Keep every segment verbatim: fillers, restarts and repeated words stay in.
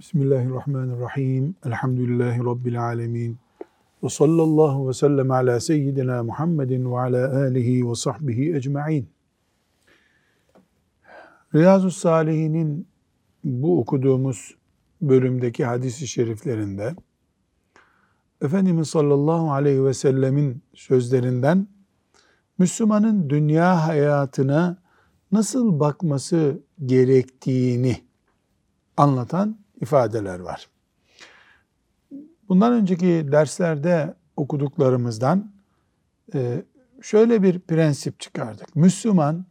Bismillahirrahmanirrahim. Elhamdülillahi Rabbil alemin. Ve sallallahu ve sellem ala seyyidina Muhammedin ve ala alihi ve sahbihi ecma'in. Riyazu's-Salihin'in bu okuduğumuz bölümdeki hadis-i şeriflerinde Efendimiz sallallahu aleyhi ve sellemin sözlerinden Müslümanın dünya hayatına nasıl bakması gerektiğini anlatan ifadeler var. Bundan önceki derslerde okuduklarımızdan şöyle bir prensip çıkardık. Müslüman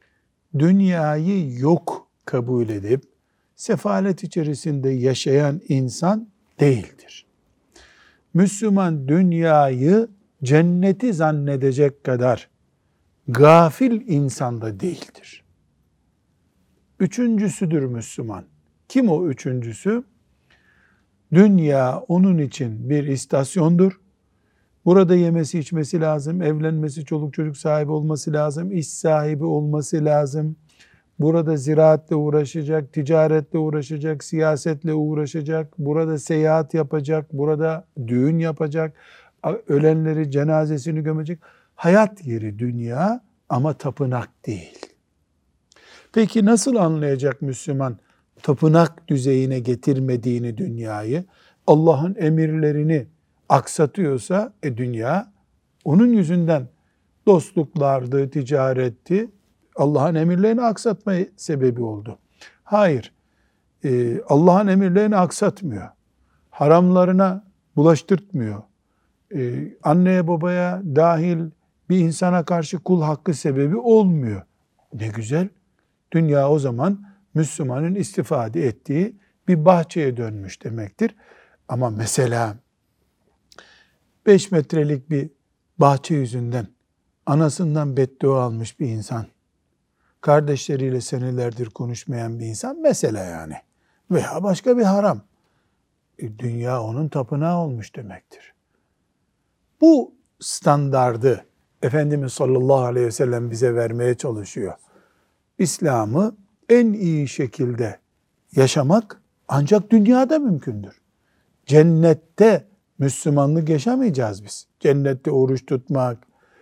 dünyayı yok kabul edip sefalet içerisinde yaşayan insan değildir. Müslüman dünyayı cenneti zannedecek kadar gafil insan da değildir. Üçüncüsüdür Müslüman. Kim o üçüncüsü? Dünya onun için bir istasyondur. Burada yemesi içmesi lazım, evlenmesi, çoluk çocuk sahibi olması lazım, iş sahibi olması lazım. Burada ziraatle uğraşacak, ticaretle uğraşacak, siyasetle uğraşacak, burada seyahat yapacak, burada düğün yapacak, ölenleri cenazesini gömecek. Hayat yeri dünya ama tapınak değil. Peki nasıl anlayacak Müslüman tapınak düzeyine getirmediğini dünyayı? Allah'ın emirlerini aksatıyorsa e dünya onun yüzünden dostluklardı, ticaretti, Allah'ın emirlerini aksatmaya sebebi oldu. Hayır, e, Allah'ın emirlerini aksatmıyor. Haramlarına bulaştırtmıyor. E, anneye babaya dahil bir insana karşı kul hakkı sebebi olmuyor. Ne güzel. Dünya o zaman Müslümanın istifade ettiği bir bahçeye dönmüş demektir. Ama mesela beş metrelik bir bahçe yüzünden anasından beddua almış bir insan, kardeşleriyle senelerdir konuşmayan bir insan mesela yani veya başka bir haram. E, dünya onun tapınağı olmuş demektir. Bu standardı Efendimiz sallallahu aleyhi ve sellem bize vermeye çalışıyor. İslam'ı en iyi şekilde yaşamak ancak dünyada mümkündür. Cennette Müslümanlık yaşamayacağız biz. Cennette oruç tutmak,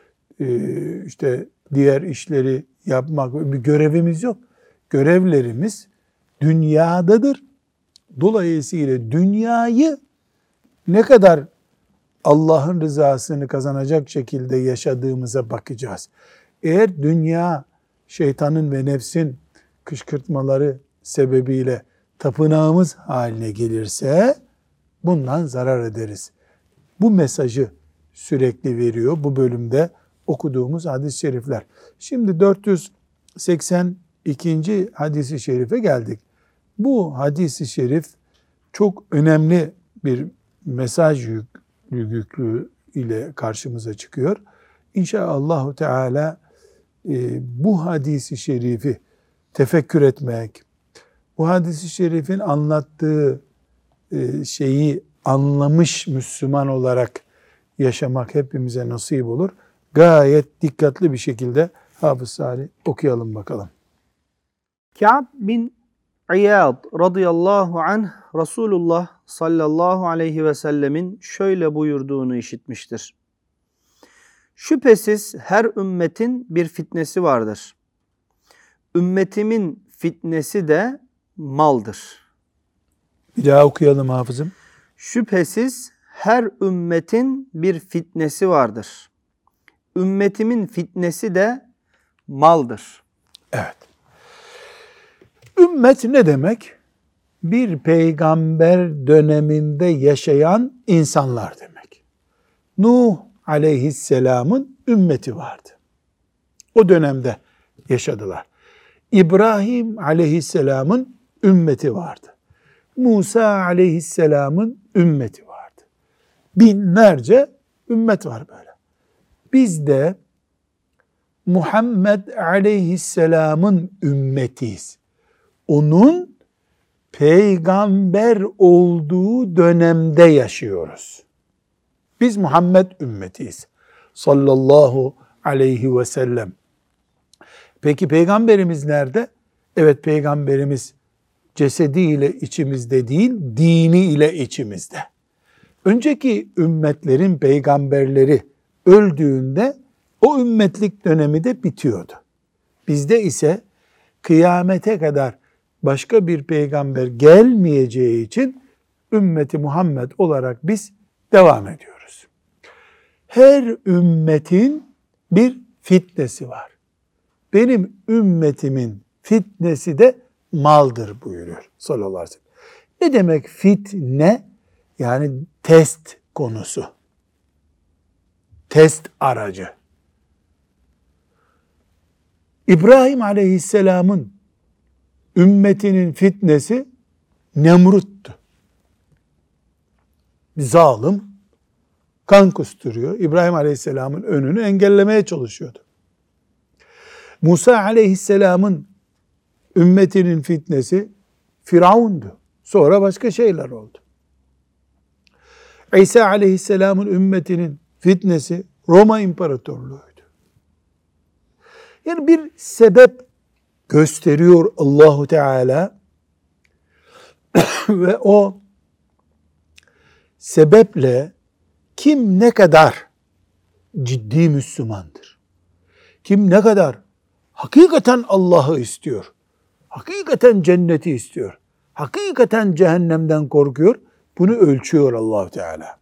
işte diğer işleri yapmak bir görevimiz yok. Görevlerimiz dünyadadır. Dolayısıyla dünyayı ne kadar Allah'ın rızasını kazanacak şekilde yaşadığımıza bakacağız. Eğer dünya şeytanın ve nefsin kışkırtmaları sebebiyle tapınağımız haline gelirse bundan zarar ederiz. Bu mesajı sürekli veriyor bu bölümde okuduğumuz hadis-i şerifler. Şimdi dört yüz seksen ikinci hadis-i şerife geldik. Bu hadis-i şerif çok önemli bir mesaj yük, yüklü ile karşımıza çıkıyor. İnşallah Teala e, bu hadis-i şerifi tefekkür etmek, bu hadis-i şerifin anlattığı e, şeyi anlamış Müslüman olarak yaşamak hepimize nasip olur. Gayet dikkatli bir şekilde Hafız Salih okuyalım bakalım. Ka'b bin İyad radıyallahu anh Resulullah sallallahu aleyhi ve sellemin şöyle buyurduğunu işitmiştir. Şüphesiz her ümmetin bir fitnesi vardır. Ümmetimin fitnesi de maldır. Bir daha okuyalım hafızım. Şüphesiz her ümmetin bir fitnesi vardır. Ümmetimin fitnesi de maldır. Evet. Ümmet ne demek? Bir peygamber döneminde yaşayan insanlar demek. Nuh aleyhisselamın ümmeti vardı. O dönemde yaşadılar. İbrahim aleyhisselamın ümmeti vardı. Musa aleyhisselamın ümmeti vardı. Binlerce ümmet var böyle. Biz de Muhammed aleyhisselamın ümmetiyiz. Onun peygamber olduğu dönemde yaşıyoruz. Biz Muhammed ümmetiyiz. Sallallahu aleyhi ve sellem. Peki peygamberimiz nerede? Evet, peygamberimiz cesediyle içimizde değil, dini ile içimizde. Önceki ümmetlerin peygamberleri öldüğünde o ümmetlik dönemi de bitiyordu. Bizde ise kıyamete kadar başka bir peygamber gelmeyeceği için ümmeti Muhammed olarak biz devam ediyoruz. Her ümmetin bir fitnesi var. Benim ümmetimin fitnesi de maldır buyuruyor sallallahu aleyhi ve sellem. Ne demek fitne? Yani test konusu. Test aracı. İbrahim aleyhisselamın ümmetinin fitnesi Nemrut'tu. Bir zalim kan kusturuyor. İbrahim aleyhisselamın önünü engellemeye çalışıyordu. Musa aleyhisselamın ümmetinin fitnesi Firavun'du. Sonra başka şeyler oldu. İsa aleyhisselamın ümmetinin fitnesi Roma İmparatorluğu'ydu. Yani bir sebep gösteriyor Allahu Teala ve o sebeple kim ne kadar ciddi Müslümandır, kim ne kadar hakikaten Allah'ı istiyor, hakikaten cenneti istiyor, hakikaten cehennemden korkuyor, bunu ölçüyor Allahu Teala.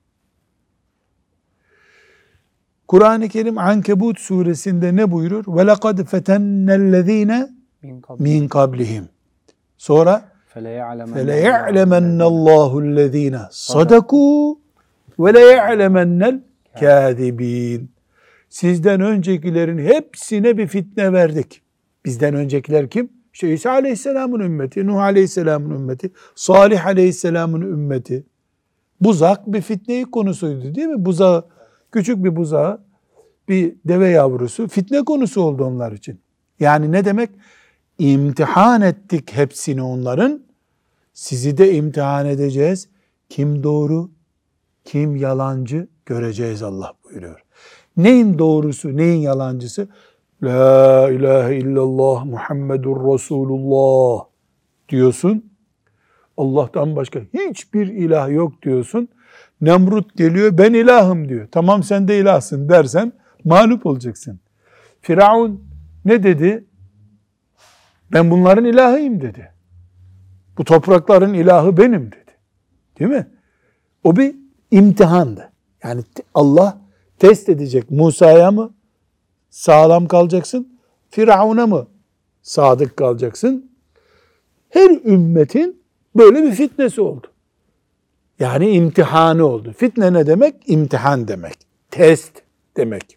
Kur'an-ı Kerim Ankebut suresinde ne buyurur? وَلَقَدْ فَتَنَّ الَّذ۪ينَ مِنْ قَبْلِهِمْ. Sonra فَلَيَعْلَمَنَّ اللّٰهُ الَّذ۪ينَ صَدَقُوا وَلَيَعْلَمَنَّ الْكَاذِب۪ينَ. Sizden öncekilerin hepsine bir fitne verdik. Bizden öncekiler kim? İşte İsa Aleyhisselam'ın ümmeti, Nuh Aleyhisselam'ın ümmeti, Salih Aleyhisselam'ın ümmeti. Buzak bir fitne konusuydu değil mi? Buzağı, küçük bir buzağı, bir deve yavrusu fitne konusu oldu onlar için. Yani ne demek? İmtihan ettik hepsini onların. Sizi de imtihan edeceğiz. Kim doğru, kim yalancı göreceğiz Allah buyuruyor. Neyin doğrusu, neyin yalancısı? La ilahe illallah Muhammedur Resulullah diyorsun. Allah'tan başka hiçbir ilah yok diyorsun. Nemrut geliyor, ben ilahım diyor. Tamam sen de ilahsın dersen mağlup olacaksın. Firavun ne dedi? Ben bunların ilahıyım dedi. Bu toprakların ilahı benim dedi. Değil mi? O bir imtihandı. Yani Allah test edecek. Musa'ya mı sağlam kalacaksın? Firavun'a mı sadık kalacaksın? Her ümmetin böyle bir fitnesi oldu. Yani imtihanı oldu. Fitne ne demek? İmtihan demek. Test demek.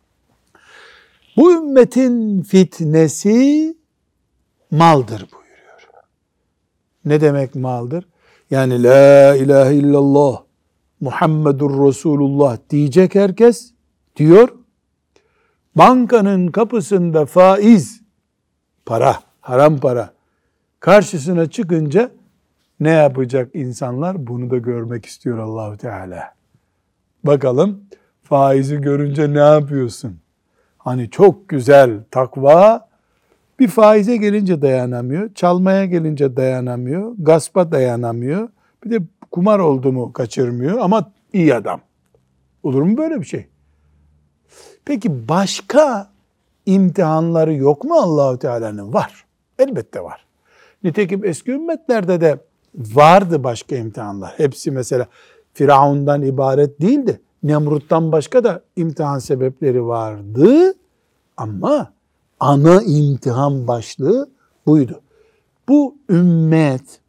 Bu ümmetin fitnesi maldır buyuruyor. Ne demek maldır? Yani la ilahe illallah Muhammedur Resulullah diyecek herkes diyor. Bankanın kapısında faiz, para, haram para karşısına çıkınca ne yapacak insanlar? Bunu da görmek istiyor Allahu Teala. Bakalım faizi görünce ne yapıyorsun? Hani çok güzel takva bir faize gelince dayanamıyor, çalmaya gelince dayanamıyor, gaspa dayanamıyor. Bir de kumar oldu mu kaçırmıyor ama iyi adam. Olur mu böyle bir şey? Peki başka imtihanları yok mu Allahu Teala'nın? Var. Elbette var. Nitekim eski ümmetlerde de vardı başka imtihanlar. Hepsi mesela Firavun'dan ibaret değildi. Nemrut'tan başka da imtihan sebepleri vardı. Ama ana imtihan başlığı buydu. Bu ümmet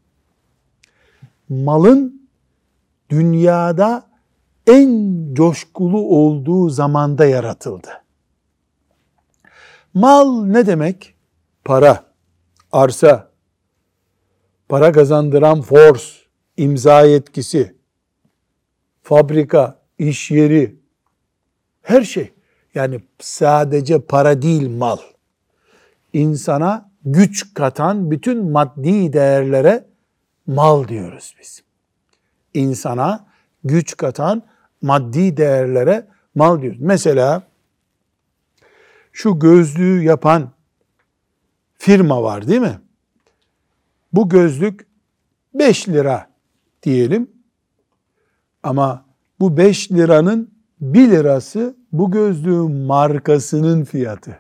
malın dünyada en coşkulu olduğu zamanda yaratıldı. Mal ne demek? Para, arsa, para kazandıran force, imza yetkisi, fabrika, iş yeri, her şey. Yani sadece para değil mal. İnsana güç katan bütün maddi değerlere mal diyoruz biz. İnsana güç katan maddi değerlere mal diyoruz. Mesela şu gözlüğü yapan firma var değil mi? Bu gözlük beş lira diyelim. Ama bu beş liranın bir lirası bu gözlüğün markasının fiyatı.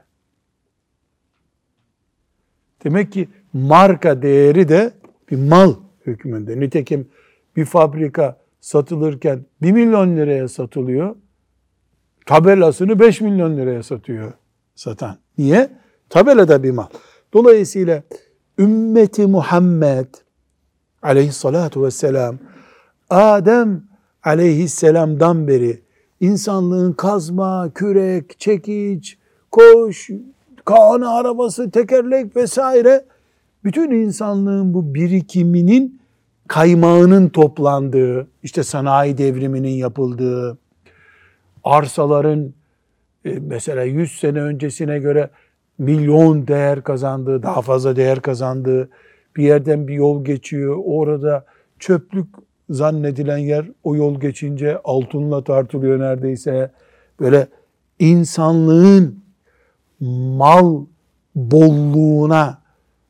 Demek ki marka değeri de bir mal hükmünde. Nitekim bir fabrika satılırken bir milyon liraya satılıyor. Tabelasını beş milyon liraya satıyor satan. Niye? Tabelada bir mal. Dolayısıyla ümmeti Muhammed aleyhissalatu vesselam Adem aleyhisselamdan beri insanlığın kazma, kürek, çekiç, koş, kahane arabası, tekerlek vesaire bütün insanlığın bu birikiminin kaymağının toplandığı, işte sanayi devriminin yapıldığı, arsaların mesela yüz sene öncesine göre milyon değer kazandığı, daha fazla değer kazandığı, bir yerden bir yol geçiyor, orada çöplük zannedilen yer o yol geçince altınla tartılıyor neredeyse. Böyle insanlığın mal bolluğuna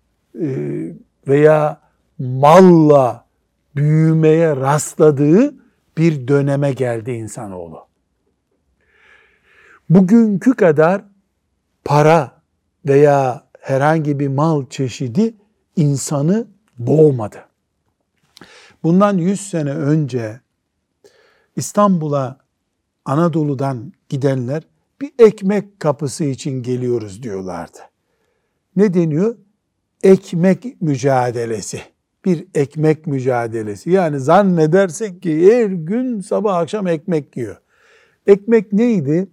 veya malla büyümeye rastladığı bir döneme geldi insanoğlu. Bugünkü kadar para veya herhangi bir mal çeşidi insanı boğmadı. Bundan yüz sene önce İstanbul'a Anadolu'dan gidenler bir ekmek kapısı için geliyoruz diyorlardı. Ne deniyor? Ekmek mücadelesi. Bir ekmek mücadelesi. Yani zannedersin ki her gün sabah akşam ekmek yiyor. Ekmek neydi?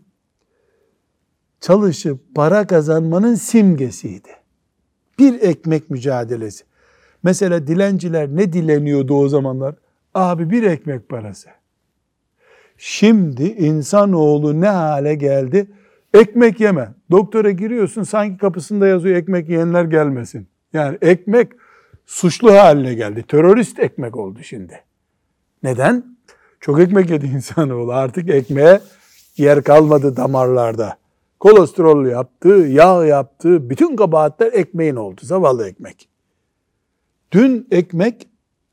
Çalışıp para kazanmanın simgesiydi. Bir ekmek mücadelesi. Mesela dilenciler ne dileniyordu o zamanlar? Abi bir ekmek parası. Şimdi insanoğlu ne hale geldi? Ekmek yeme. Doktora giriyorsun sanki kapısında yazıyor ekmek yiyenler gelmesin. Yani ekmek suçlu haline geldi. Terörist ekmek oldu şimdi. Neden? Çok ekmek yedi insanoğlu. Artık ekmeğe yer kalmadı damarlarda. Kolesterol yaptı, yağ yaptı. Bütün kabahatler ekmeğin oldu. Zavallı ekmek. Dün ekmek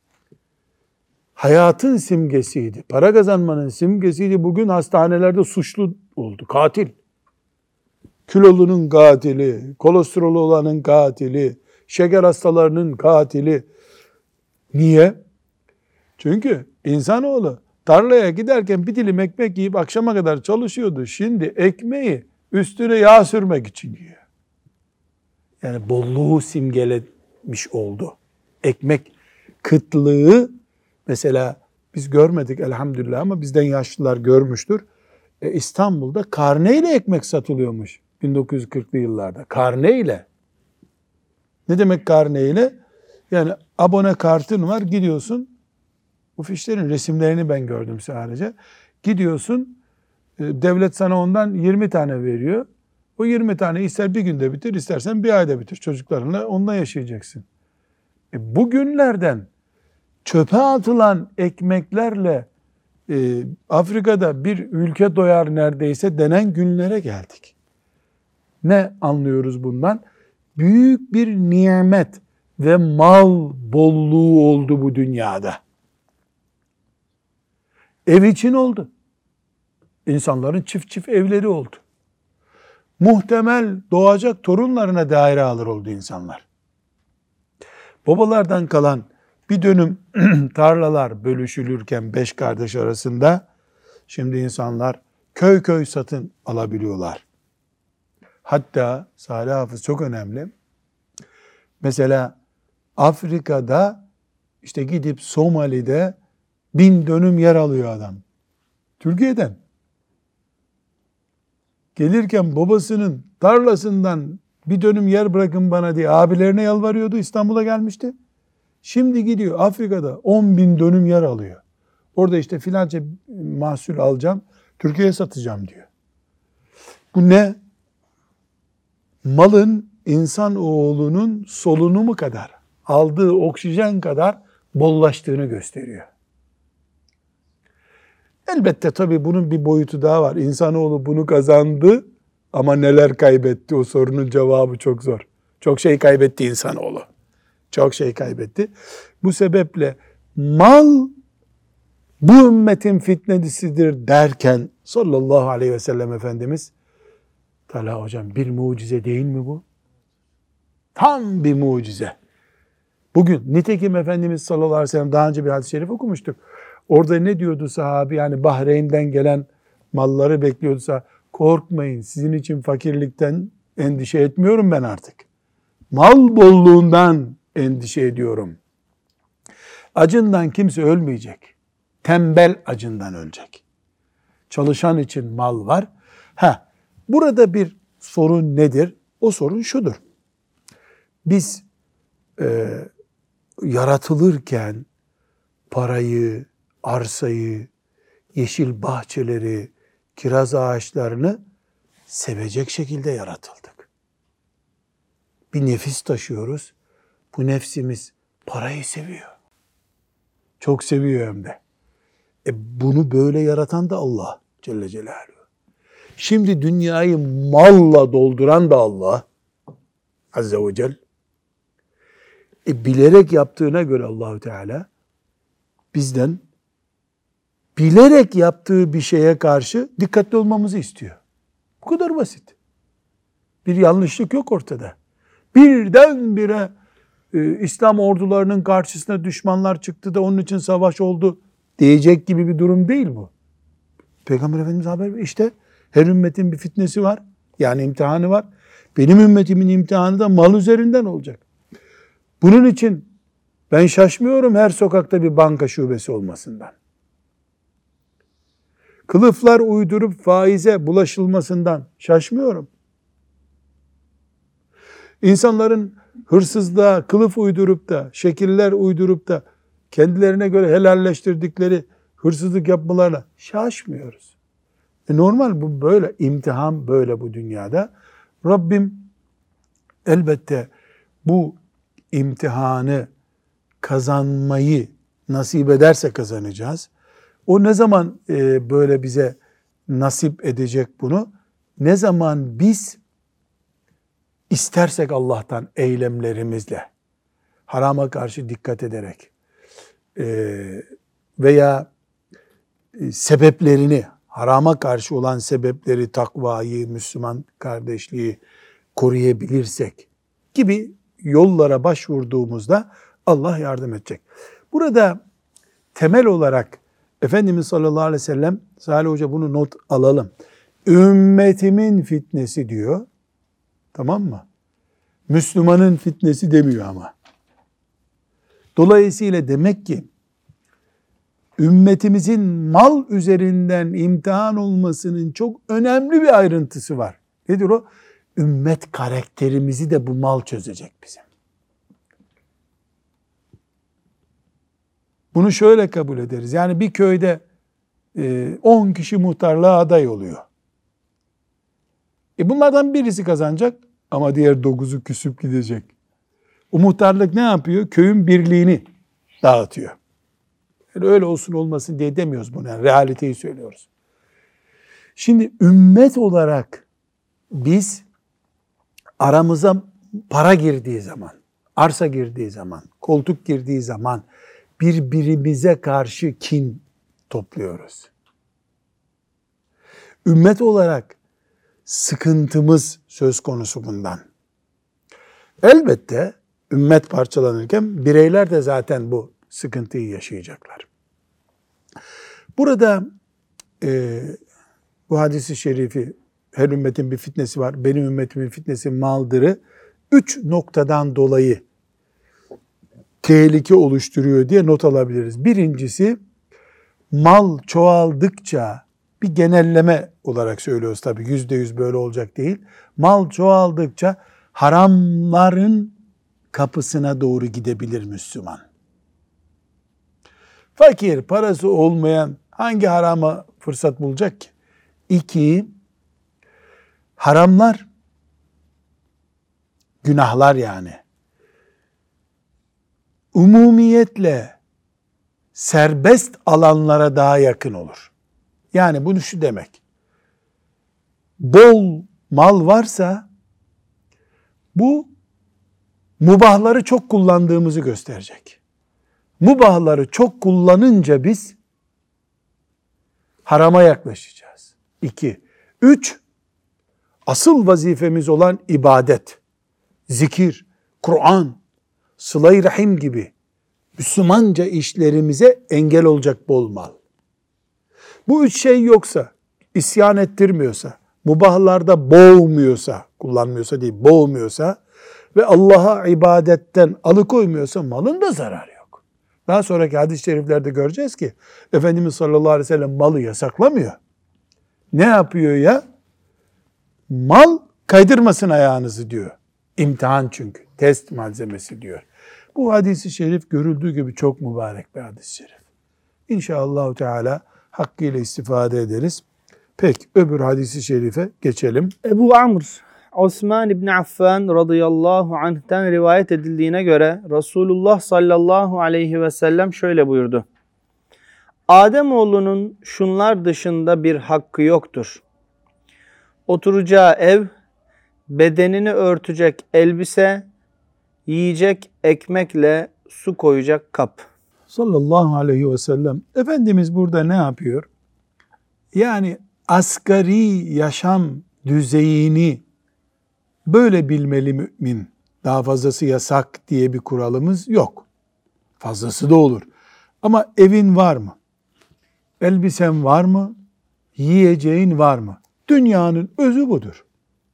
hayatın simgesiydi. Para kazanmanın simgesiydi. Bugün hastanelerde suçlu oldu. Katil. Kilolunun katili, kolesterolü olanın katili, şeker hastalarının katili. Niye? Çünkü insanoğlu tarlaya giderken bir dilim ekmek yiyip akşama kadar çalışıyordu. Şimdi ekmeği üstüne yağ sürmek için yiyor. Yani bolluğu simgelemiş oldu. Ekmek kıtlığı mesela biz görmedik elhamdülillah ama bizden yaşlılar görmüştür. E, İstanbul'da karneyle ekmek satılıyormuş bin dokuz yüz kırklı yıllarda. Karneyle. Ne demek karneyle? Yani abone kartın var, gidiyorsun. Bu fişlerin resimlerini ben gördüm sadece. Gidiyorsun, e, devlet sana ondan yirmi tane veriyor. O yirmi tane ister bir günde bitir, istersen bir ayda bitir. Çocuklarınla onunla yaşayacaksın. E, bugünlerden çöpe atılan ekmeklerle e, Afrika'da bir ülke doyar neredeyse denen günlere geldik. Ne anlıyoruz bundan? Büyük bir nimet ve mal bolluğu oldu bu dünyada. Ev için oldu. İnsanların çift çift evleri oldu. Muhtemel doğacak torunlarına daire alır oldu insanlar. Babalardan kalan bir dönüm tarlalar bölüşülürken beş kardeş arasında şimdi insanlar köy köy satın alabiliyorlar. Hatta Salih Hafız çok önemli. Mesela Afrika'da işte gidip Somali'de bin dönüm yer alıyor adam. Türkiye'den. Gelirken babasının tarlasından bir dönüm yer bırakın bana diye abilerine yalvarıyordu. İstanbul'a gelmişti. Şimdi gidiyor Afrika'da on bin dönüm yer alıyor. Orada işte filanca mahsul alacağım, Türkiye'ye satacağım diyor. Bu ne? Malın insanoğlunun solunumu kadar, aldığı oksijen kadar bollaştığını gösteriyor. Elbette tabii bunun bir boyutu daha var. İnsanoğlu bunu kazandı ama neler kaybetti? O sorunun cevabı çok zor. Çok şey kaybetti insanoğlu. Çok şey kaybetti. Bu sebeple mal bu ümmetin fitnesidir derken sallallahu aleyhi ve sellem Efendimiz, Talha hocam bir mucize değil mi bu? Tam bir mucize. Bugün nitekim Efendimiz sallallahu aleyhi ve sellem daha önce bir hadis-i şerif okumuştuk. Orada ne diyordu sahabi? Yani Bahreyn'den gelen malları bekliyordu sahabi. Korkmayın, sizin için fakirlikten endişe etmiyorum ben artık. Mal bolluğundan endişe ediyorum. Acından kimse ölmeyecek. Tembel acından ölecek. Çalışan için mal var. Ha, burada bir sorun nedir? O sorun şudur. Biz e, yaratılırken parayı, arsayı, yeşil bahçeleri, kiraz ağaçlarını sevecek şekilde yaratıldık. Bir nefis taşıyoruz. Bu nefsimiz parayı seviyor. Çok seviyor hem de. E bunu böyle yaratan da Allah Celle Celaluhu. Şimdi dünyayı malla dolduran da Allah Azze ve Celle. E bilerek yaptığına göre Allahu Teala bizden bilerek yaptığı bir şeye karşı dikkatli olmamızı istiyor. Bu kadar basit. Bir yanlışlık yok ortada. Birdenbire e, İslam ordularının karşısına düşmanlar çıktı da onun için savaş oldu diyecek gibi bir durum değil bu. Peygamber Efendimiz haber veriyor. İşte her ümmetin bir fitnesi var. Yani imtihanı var. Benim ümmetimin imtihanı da mal üzerinden olacak. Bunun için ben şaşmıyorum her sokakta bir banka şubesi olmasından. Kılıflar uydurup faize bulaşılmasından şaşmıyorum. İnsanların hırsızlığa kılıf uydurup da, şekiller uydurup da kendilerine göre helalleştirdikleri hırsızlık yapmalarla şaşmıyoruz. E normal bu böyle, imtihan böyle bu dünyada. Rabbim elbette bu imtihanı kazanmayı nasip ederse kazanacağız. O ne zaman e, böyle bize nasip edecek bunu? Ne zaman biz istersek Allah'tan eylemlerimizle, harama karşı dikkat ederek e, veya e, sebeplerini, harama karşı olan sebepleri, takvayı, Müslüman kardeşliği koruyabilirsek gibi yollara başvurduğumuzda Allah yardım edecek. Burada temel olarak Efendimiz sallallahu aleyhi ve sellem, Salih Hoca bunu not alalım. Ümmetimin fitnesi diyor. Tamam mı? Müslümanın fitnesi demiyor ama. Dolayısıyla demek ki ümmetimizin mal üzerinden imtihan olmasının çok önemli bir ayrıntısı var. Nedir o? Ümmet karakterimizi de bu mal çözecek bizim. Bunu şöyle kabul ederiz. Yani bir köyde on kişi muhtarlığa aday oluyor. E bunlardan birisi kazanacak ama diğer dokuzu küsüp gidecek. O muhtarlık ne yapıyor? Köyün birliğini dağıtıyor. Yani öyle olsun olmasın diye demiyoruz bunu. Yani realiteyi söylüyoruz. Şimdi ümmet olarak biz aramıza para girdiği zaman, arsa girdiği zaman, koltuk girdiği zaman birbirimize karşı kin topluyoruz. Ümmet olarak sıkıntımız söz konusu bundan. Elbette ümmet parçalanırken bireyler de zaten bu sıkıntıyı yaşayacaklar. Burada e, bu hadis-i şerifi, her ümmetin bir fitnesi var, benim ümmetimin fitnesi maldırı, üç noktadan dolayı tehlike oluşturuyor diye not alabiliriz. Birincisi, mal çoğaldıkça, bir genelleme olarak söylüyoruz tabii, yüzde yüz böyle olacak değil. Mal çoğaldıkça haramların kapısına doğru gidebilir Müslüman. Fakir, parası olmayan hangi harama fırsat bulacak ki? İki, haramlar, günahlar yani, umumiyetle serbest alanlara daha yakın olur. Yani bunu şu demek, bol mal varsa bu mubahları çok kullandığımızı gösterecek. Mubahları çok kullanınca biz harama yaklaşacağız. İki. Üç, asıl vazifemiz olan ibadet, zikir, Kur'an, sıla-i rahim gibi Müslümanca işlerimize engel olacak bol mal. Bu üç şey yoksa, isyan ettirmiyorsa, mubahlarda boğmuyorsa, kullanmıyorsa değil, boğmuyorsa ve Allah'a ibadetten alıkoymuyorsa malın da zararı yok. Daha sonraki hadis-i şeriflerde göreceğiz ki Efendimiz sallallahu aleyhi ve sellem malı yasaklamıyor. Ne yapıyor ya? Mal kaydırmasın ayağınızı diyor. İmtihan çünkü. Test malzemesi diyor. Bu hadis-i şerif görüldüğü gibi çok mübarek bir hadis-i şerif. İnşallah Teala hakkıyla istifade ederiz. Peki öbür hadis-i şerife geçelim. Ebu Amr, Osman İbni Affan radıyallahu anh'ten rivayet edildiğine göre Resulullah sallallahu aleyhi ve sellem şöyle buyurdu. Ademoğlunun şunlar dışında bir hakkı yoktur. Oturacağı ev, bedenini örtecek elbise, yiyecek ekmekle su koyacak kap. Sallallahu aleyhi ve sellem. Efendimiz burada ne yapıyor? Yani asgari yaşam düzeyini böyle bilmeli mümin. Daha fazlası yasak diye bir kuralımız yok. Fazlası da olur. Ama evin var mı? Elbisen var mı? Yiyeceğin var mı? Dünyanın özü budur.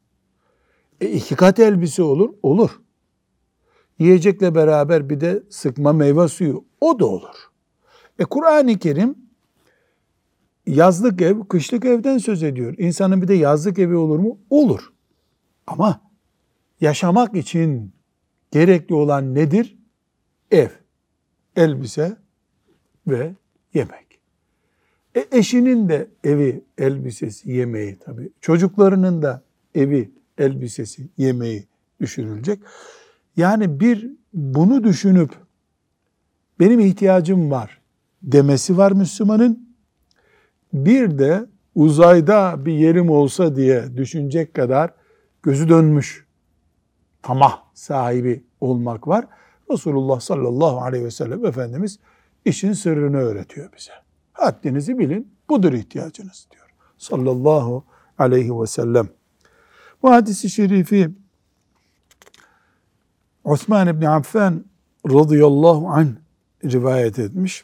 E iki kat elbise olur, olur. Yiyecekle beraber bir de sıkma meyve suyu, o da olur. E Kur'an-ı Kerim yazlık ev, kışlık evden söz ediyor. İnsanın bir de yazlık evi olur mu? Olur. Ama yaşamak için gerekli olan nedir? Ev, elbise ve yemek. E eşinin de evi, elbisesi, yemeği tabii. Çocuklarının da evi, elbisesi, yemeği düşürülecek. Yani bir bunu düşünüp benim ihtiyacım var demesi var Müslümanın. Bir de uzayda bir yerim olsa diye düşünecek kadar gözü dönmüş tamah sahibi olmak var. Resulullah sallallahu aleyhi ve sellem Efendimiz işin sırrını öğretiyor bize. Haddinizi bilin, budur ihtiyacınız diyor. Sallallahu aleyhi ve sellem. Bu hadis-i şerifi Osman İbni Affan radıyallahu anh rivayet etmiş.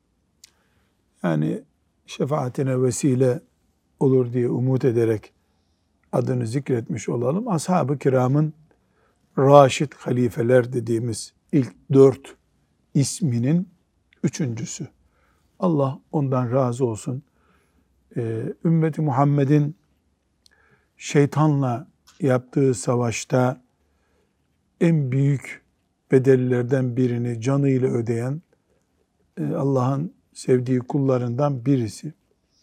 Yani şefaatine vesile olur diye umut ederek adını zikretmiş olalım. Ashab-ı kiramın Raşid halifeler dediğimiz ilk dört isminin üçüncüsü. Allah ondan razı olsun. Ee, ümmeti Muhammed'in şeytanla yaptığı savaşta en büyük bedellerden birini canıyla ödeyen Allah'ın sevdiği kullarından birisi.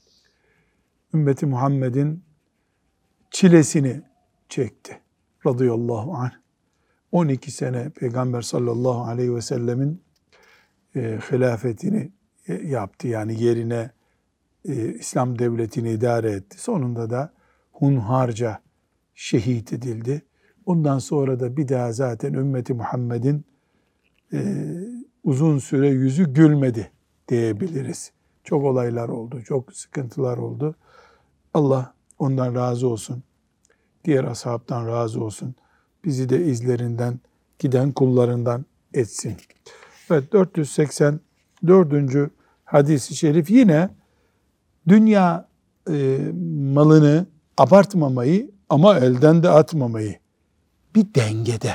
Ümmeti Muhammed'in çilesini çekti radıyallahu anh. on iki sene Peygamber sallallahu aleyhi ve sellemin e, hilafetini yaptı. Yani yerine e, İslam devletini idare etti. Sonunda da hunharca şehit edildi. Ondan sonra da bir daha zaten ümmeti Muhammed'in e, uzun süre yüzü gülmedi diyebiliriz. Çok olaylar oldu, çok sıkıntılar oldu. Allah ondan razı olsun. Diğer ashabtan razı olsun. Bizi de izlerinden giden kullarından etsin. Evet, dört yüz seksen dördüncü hadis-i şerif yine dünya e, malını abartmamayı ama elden de atmamayı bir dengede,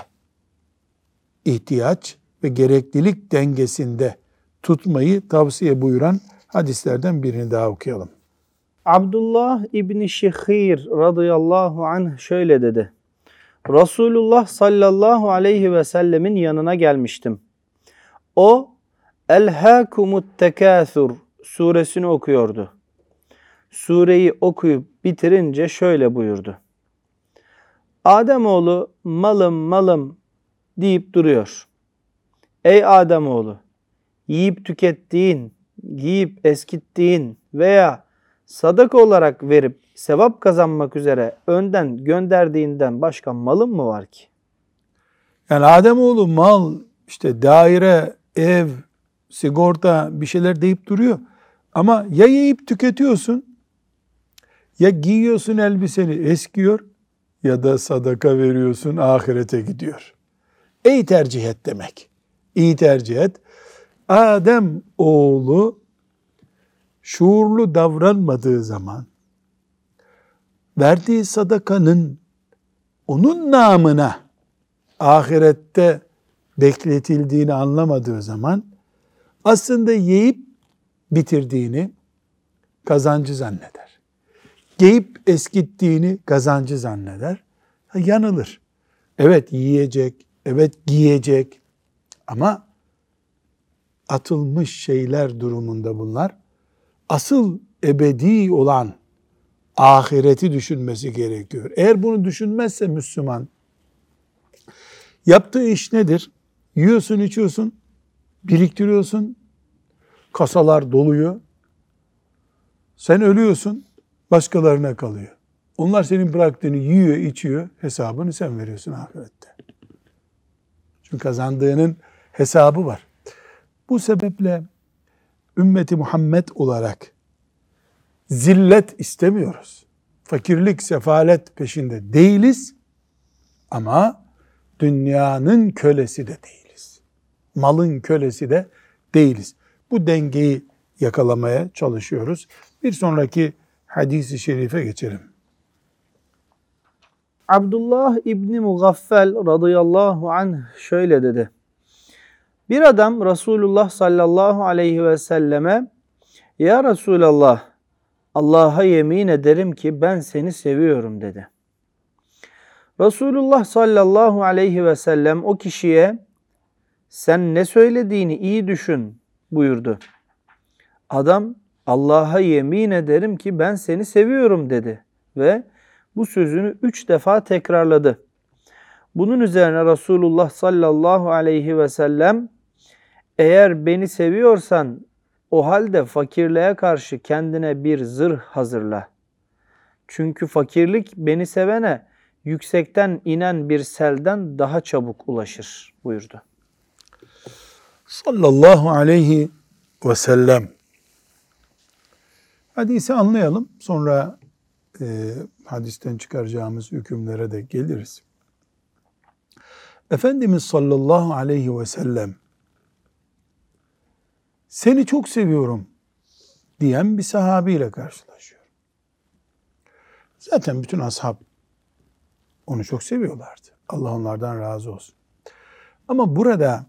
ihtiyaç ve gereklilik dengesinde tutmayı tavsiye buyuran hadislerden birini daha okuyalım. Abdullah İbni Şihir radıyallahu anh şöyle dedi. Resulullah sallallahu aleyhi ve sellemin yanına gelmiştim. O Elhâkumut tekâthur suresini okuyordu. Sureyi okuyup bitirince şöyle buyurdu. Ademoğlu malım malım deyip duruyor. Ey Ademoğlu, yiyip tükettiğin, giyip eskittiğin veya sadaka olarak verip sevap kazanmak üzere önden gönderdiğinden başka malın mı var ki? Yani Ademoğlu mal, işte daire, ev, sigorta bir şeyler deyip duruyor. Ama ya yiyip tüketiyorsun, ya giyiyorsun elbiseni eskiyor, ya da sadaka veriyorsun ahirete gidiyor. İyi tercih et demek. İyi tercih et. Adem oğlu şuurlu davranmadığı zaman, verdiği sadakanın onun namına ahirette bekletildiğini anlamadığı zaman, aslında yiyip bitirdiğini kazancı zanneder. Giyip eskittiğini kazancı zanneder. Yanılır. Evet yiyecek, evet giyecek ama atılmış şeyler durumunda bunlar. Asıl ebedi olan ahireti düşünmesi gerekiyor. Eğer bunu düşünmezse Müslüman, yaptığı iş nedir? Yiyorsun, içiyorsun, biriktiriyorsun, kasalar doluyor. Sen ölüyorsun, başkalarına kalıyor. Onlar senin bıraktığını yiyor, içiyor, hesabını sen veriyorsun ahirette. Çünkü kazandığının hesabı var. Bu sebeple ümmeti Muhammed olarak zillet istemiyoruz. Fakirlik, sefalet peşinde değiliz ama dünyanın kölesi de değiliz. Malın kölesi de değiliz. Bu dengeyi yakalamaya çalışıyoruz. Bir sonraki hadis-i şerife geçelim. Abdullah İbni Mugaffel radıyallahu anh şöyle dedi. Bir adam Resulullah sallallahu aleyhi ve selleme, "Ya Resulallah, Allah'a yemin ederim ki ben seni seviyorum," dedi. Resulullah sallallahu aleyhi ve sellem o kişiye, "Sen ne söylediğini iyi düşün," buyurdu. Adam, "Allah'a yemin ederim ki ben seni seviyorum," dedi ve bu sözünü üç defa tekrarladı. Bunun üzerine Resulullah sallallahu aleyhi ve sellem, "Eğer beni seviyorsan o halde fakirliğe karşı kendine bir zırh hazırla. Çünkü fakirlik beni sevene yüksekten inen bir selden daha çabuk ulaşır," buyurdu. Sallallahu aleyhi ve sellem. Hadisi anlayalım. Sonra e, hadisten çıkaracağımız hükümlere de geliriz. Efendimiz sallallahu aleyhi ve sellem "Seni çok seviyorum," diyen bir sahabiyle karşılaşıyor. Zaten bütün ashab onu çok seviyorlardı. Allah onlardan razı olsun. Ama burada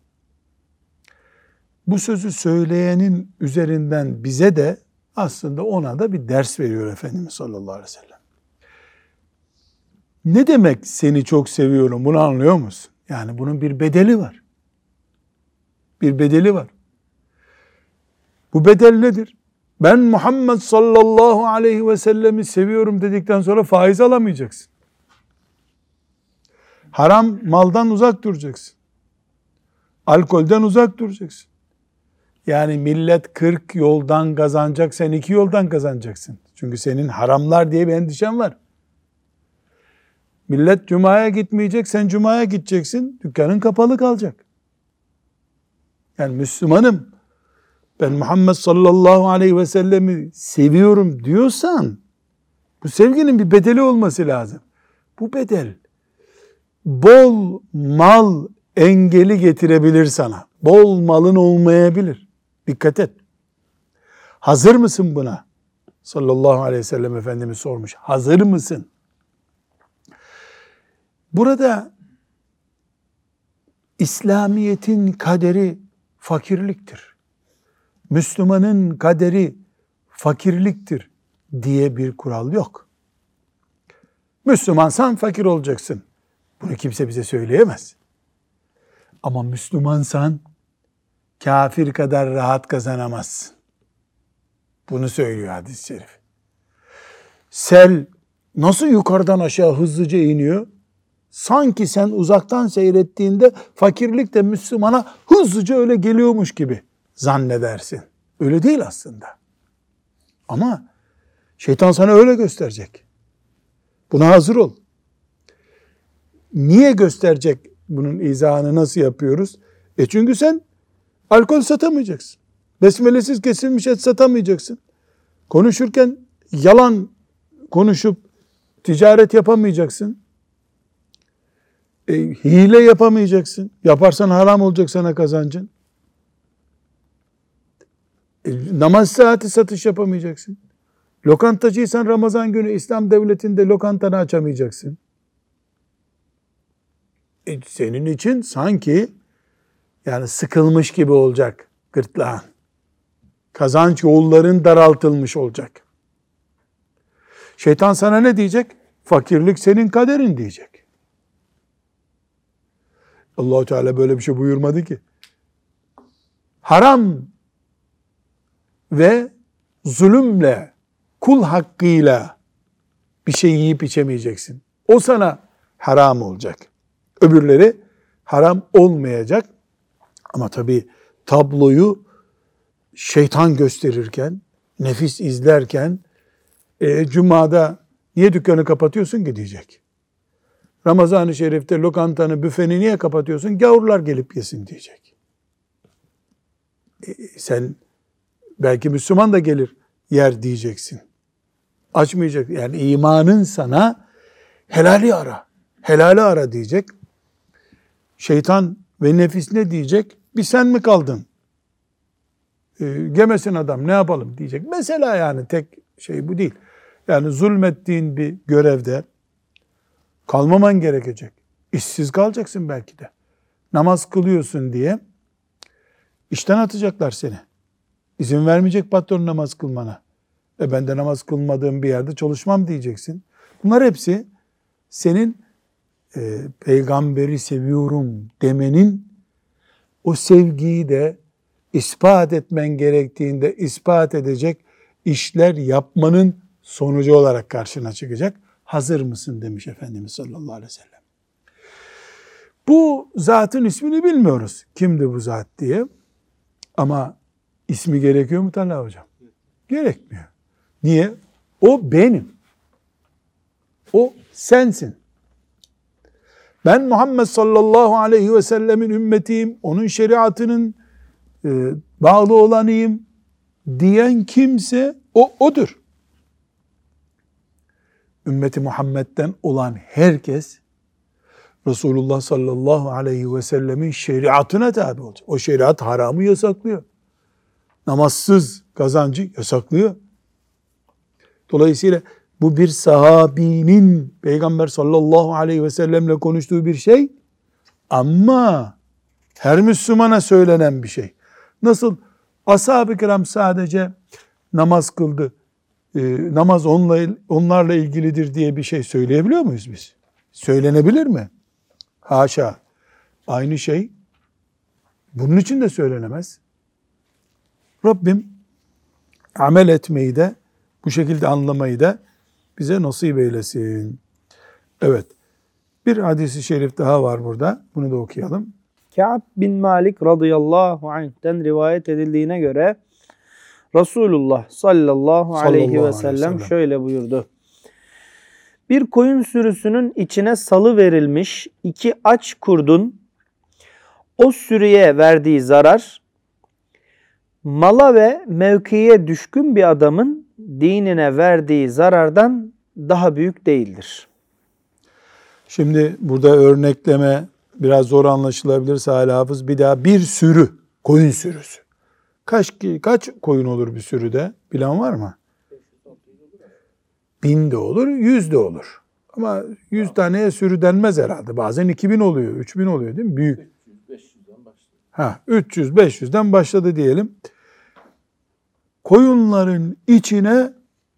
bu sözü söyleyenin üzerinden bize de aslında ona da bir ders veriyor Efendimiz sallallahu aleyhi ve sellem. Ne demek seni çok seviyorum? Bunu anlıyor musun? Yani bunun bir bedeli var. Bir bedeli var. Bu bedel nedir? Ben Muhammed sallallahu aleyhi ve sellemi seviyorum dedikten sonra faiz alamayacaksın. Haram maldan uzak duracaksın. Alkolden uzak duracaksın. Yani millet kırk yoldan kazanacak, sen iki yoldan kazanacaksın. Çünkü senin haramlar diye bir endişen var. Millet cumaya gitmeyecek, sen cumaya gideceksin, dükkanın kapalı kalacak. Yani Müslümanım, ben Muhammed sallallahu aleyhi ve sellemi seviyorum diyorsan, bu sevginin bir bedeli olması lazım. Bu bedel, bol mal engeli getirebilir sana. Bol malın olmayabilir. Dikkat et. Hazır mısın buna? Sallallahu aleyhi ve sellem Efendimiz sormuş. Hazır mısın? Burada İslamiyet'in kaderi fakirliktir. Müslümanın kaderi fakirliktir diye bir kural yok. Müslümansan fakir olacaksın. Bunu kimse bize söyleyemez. Ama Müslümansan kafir kadar rahat kazanamazsın. Bunu söylüyor hadis-i şerif. Sel nasıl yukarıdan aşağı hızlıca iniyor? Sanki sen uzaktan seyrettiğinde fakirlik de Müslümana hızlıca öyle geliyormuş gibi zannedersin. Öyle değil aslında. Ama şeytan sana öyle gösterecek. Buna hazır ol. Niye gösterecek bunun izahını nasıl yapıyoruz? E çünkü sen alkol satamayacaksın. Besmelesiz kesilmiş et satamayacaksın. Konuşurken yalan konuşup ticaret yapamayacaksın. E, hile yapamayacaksın. Yaparsan haram olacak sana kazancın. E, namaz saati satış yapamayacaksın. Lokantacıysan Ramazan günü İslam devletinde lokantanı açamayacaksın. E, senin için sanki yani sıkılmış gibi olacak gırtlağın. Kazanç yolların daraltılmış olacak. Şeytan sana ne diyecek? Fakirlik senin kaderin diyecek. Allah-u Teala böyle bir şey buyurmadı ki. Haram ve zulümle, kul hakkıyla bir şey yiyip içemeyeceksin. O sana haram olacak. Öbürleri haram olmayacak. Ama tabii tabloyu şeytan gösterirken, nefis izlerken, e, Cuma'da niye dükkanı kapatıyorsun ki diyecek. Ramazan-ı Şerif'te lokantanı, büfeni niye kapatıyorsun? Gavurlar gelip yesin diyecek. E, sen belki Müslüman da gelir yer diyeceksin. Açmayacak. Yani imanın sana helali ara, helali ara diyecek. Şeytan ve nefis ne diyecek? Bir sen mi kaldın? E, gemesin adam ne yapalım diyecek. Mesela yani tek şey bu değil. Yani zulmettiğin bir görevde kalmaman gerekecek. İşsiz kalacaksın belki de. Namaz kılıyorsun diye işten atacaklar seni. İzin vermeyecek patron namaz kılmana. E ben de namaz kılmadığım bir yerde çalışmam diyeceksin. Bunlar hepsi senin e, peygamberi seviyorum demenin, o sevgiyi de ispat etmen gerektiğinde ispat edecek işler yapmanın sonucu olarak karşına çıkacak. Hazır mısın demiş Efendimiz sallallahu aleyhi ve sellem. Bu zatın ismini bilmiyoruz. Kimdi bu zat diye. Ama ismi gerekiyor mu Talha hocam? Gerekmiyor. Niye? O benim. O sensin. Ben Muhammed sallallahu aleyhi ve sellemin ümmetiyim. Onun şeriatının e, bağlı olanıyım diyen kimse o odur. Ümmeti Muhammed'den olan herkes Resulullah sallallahu aleyhi ve sellemin şeriatına tabi olacak. O şeriat haramı yasaklıyor. Namazsız kazancı yasaklıyor. Dolayısıyla bu bir sahabinin Peygamber sallallahu aleyhi ve sellemle konuştuğu bir şey ama her Müslümana söylenen bir şey. Nasıl ashab-ı kiram sadece namaz kıldı, e, namaz onunla, onlarla ilgilidir diye bir şey söyleyebiliyor muyuz biz? Söylenebilir mi? Haşa. Aynı şey bunun için de söylenemez. Rabbim amel etmeyi de bu şekilde anlamayı da bize nasip eylesin. Evet. Bir hadis-i şerif daha var burada. Bunu da okuyalım. Ka'b bin Malik radıyallahu anh'ten rivayet edildiğine göre Resulullah sallallahu aleyhi ve sellem şöyle buyurdu. Bir koyun sürüsünün içine salı verilmiş iki aç kurdun o sürüye verdiği zarar, mala ve mevkiye düşkün bir adamın dinine verdiği zarardan daha büyük değildir. Şimdi burada örnekleme biraz zor anlaşılabilir Salih Hafız. Bir daha bir sürü, koyun sürüsü. Kaç kaç koyun olur bir sürüde? Bilen var mı? Bin de olur, yüz de olur. Ama yüz taneye sürü denmez herhalde. Bazen iki bin oluyor, üç bin oluyor değil mi? Büyük. üç yüz beş yüzden başladı. Ha, üç yüz beş yüzden başladı diyelim. Koyunların içine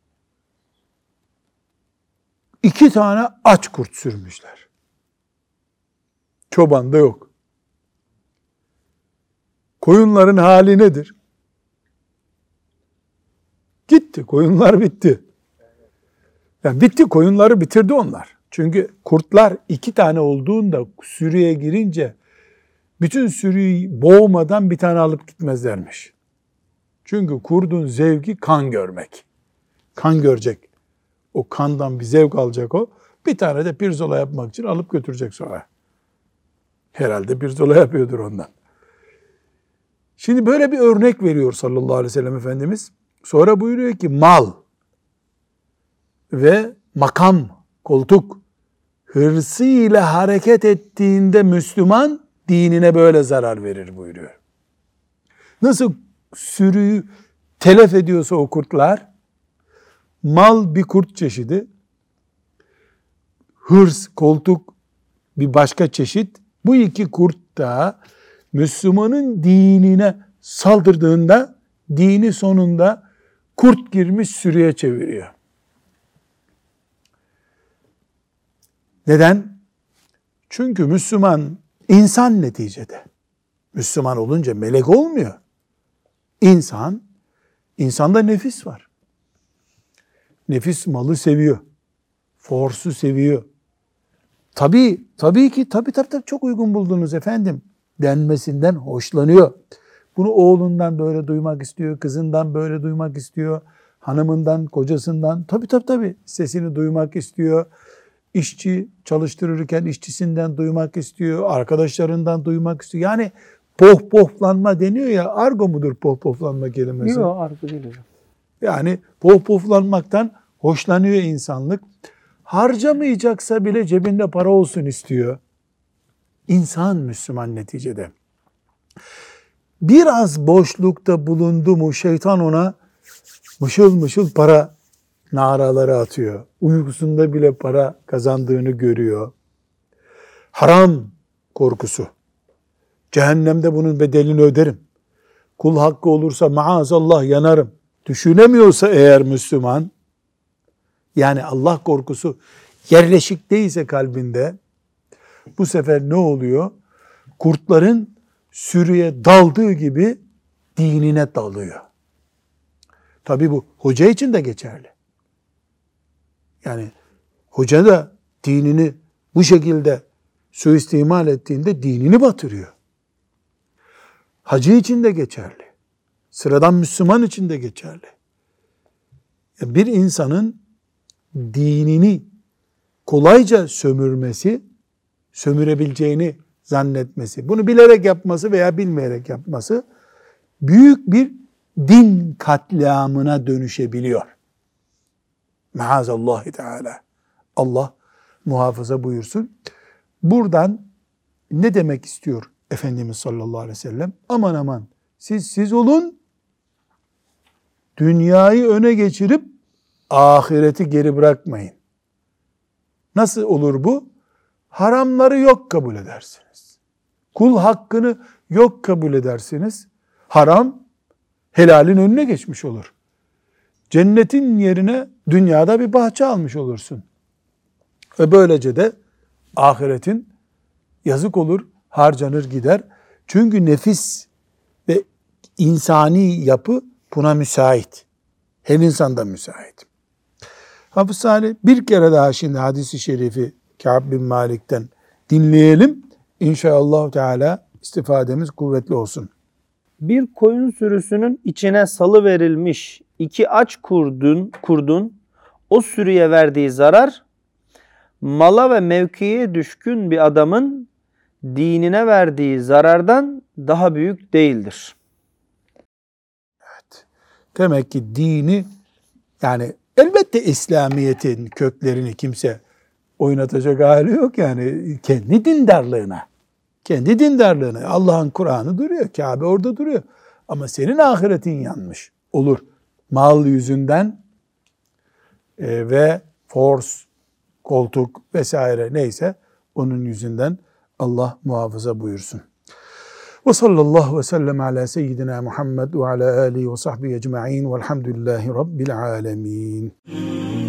iki tane aç kurt sürmüşler. Çoban da yok. Koyunların hali nedir? Gitti, koyunlar bitti. Yani bitti, koyunları bitirdi onlar. Çünkü kurtlar iki tane olduğunda sürüye girince bütün sürüyü boğmadan bir tane alıp gitmezlermiş. Çünkü kurdun zevki kan görmek. Kan görecek. O kandan bir zevk alacak o. Bir tane de pirzola yapmak için alıp götürecek sonra. Herhalde pirzola yapıyordur ondan. Şimdi böyle bir örnek veriyor sallallahu aleyhi ve sellem Efendimiz. Sonra buyuruyor ki mal ve makam, koltuk hırsıyla hareket ettiğinde Müslüman dinine böyle zarar verir buyuruyor. Nasıl sürüyü telef ediyorsa o kurtlar, mal bir kurt çeşidi, hırs, koltuk bir başka çeşit. Bu iki kurt da Müslümanın dinine saldırdığında dini sonunda kurt girmiş sürüye çeviriyor. Neden? Çünkü Müslüman insan neticede. Müslüman olunca melek olmuyor. İnsan, insanda nefis var. Nefis malı seviyor. Forsu seviyor. Tabii, tabii ki, tabii tabii, tabii çok uygun buldunuz efendim denmesinden hoşlanıyor. Bunu oğlundan böyle duymak istiyor, kızından böyle duymak istiyor, hanımından, kocasından, tabii tabii tabii sesini duymak istiyor. İşçi çalıştırırken işçisinden duymak istiyor, arkadaşlarından duymak istiyor. Yani pohpohlanma deniyor ya, argo mudur pohpohlanma kelimesi? Yok, argo değil hocam. Yani pohpohlanmaktan hoşlanıyor insanlık. Harcamayacaksa bile cebinde para olsun istiyor. İnsan Müslüman neticede. Biraz boşlukta bulundu mu şeytan ona mışıl mışıl para naraları atıyor. Uykusunda bile para kazandığını görüyor. Haram korkusu. Cehennemde bunun bedelini öderim. Kul hakkı olursa maazallah yanarım. Düşünemiyorsa eğer Müslüman, yani Allah korkusu yerleşik değilse kalbinde, bu sefer ne oluyor? Kurtların sürüye daldığı gibi dinine dalıyor. Tabii bu hoca için de geçerli. Yani hoca da dinini bu şekilde suistimal ettiğinde dinini batırıyor. Hacı için de geçerli. Sıradan Müslüman için de geçerli. Bir insanın dinini kolayca sömürmesi, sömürebileceğini zannetmesi, bunu bilerek yapması veya bilmeyerek yapması büyük bir din katliamına dönüşebiliyor. Maazallahi Teala. Allah muhafaza buyursun. Buradan ne demek istiyor Efendimiz sallallahu aleyhi ve sellem? Aman aman siz siz olun, dünyayı öne geçirip ahireti geri bırakmayın. Nasıl olur bu? Haramları yok kabul edersiniz. Kul hakkını yok kabul edersiniz. Haram helalin önüne geçmiş olur. Cennetin yerine dünyada bir bahçe almış olursun. Ve böylece de ahiretin yazık olur, harcanır gider. Çünkü nefis ve insani yapı buna müsait. Her insan da müsait. Hafız Salih bir kere daha şimdi hadis-i şerifi Kâb bin Malik'ten dinleyelim. İnşallah Teala istifademiz kuvvetli olsun. Bir koyun sürüsünün içine salı verilmiş iki aç kurdun, kurdun o sürüye verdiği zarar, mala ve mevkiye düşkün bir adamın dinine verdiği zarardan daha büyük değildir. Evet. Demek ki dini, yani elbette İslamiyet'in köklerini kimse oynatacak hali yok, yani kendi dindarlığına. Kendi dindarlığına. Allah'ın Kur'an'ı duruyor, Kabe orada duruyor. Ama senin ahiretin yanmış olur. Mal yüzünden e, ve force, koltuk vesaire neyse onun yüzünden Allah muhafaza buyursun. Ve sallallahu ve sellem ala seyyidina Muhammed ve ala alihi ve sahbihi ecma'in velhamdülillahi rabbil alemin.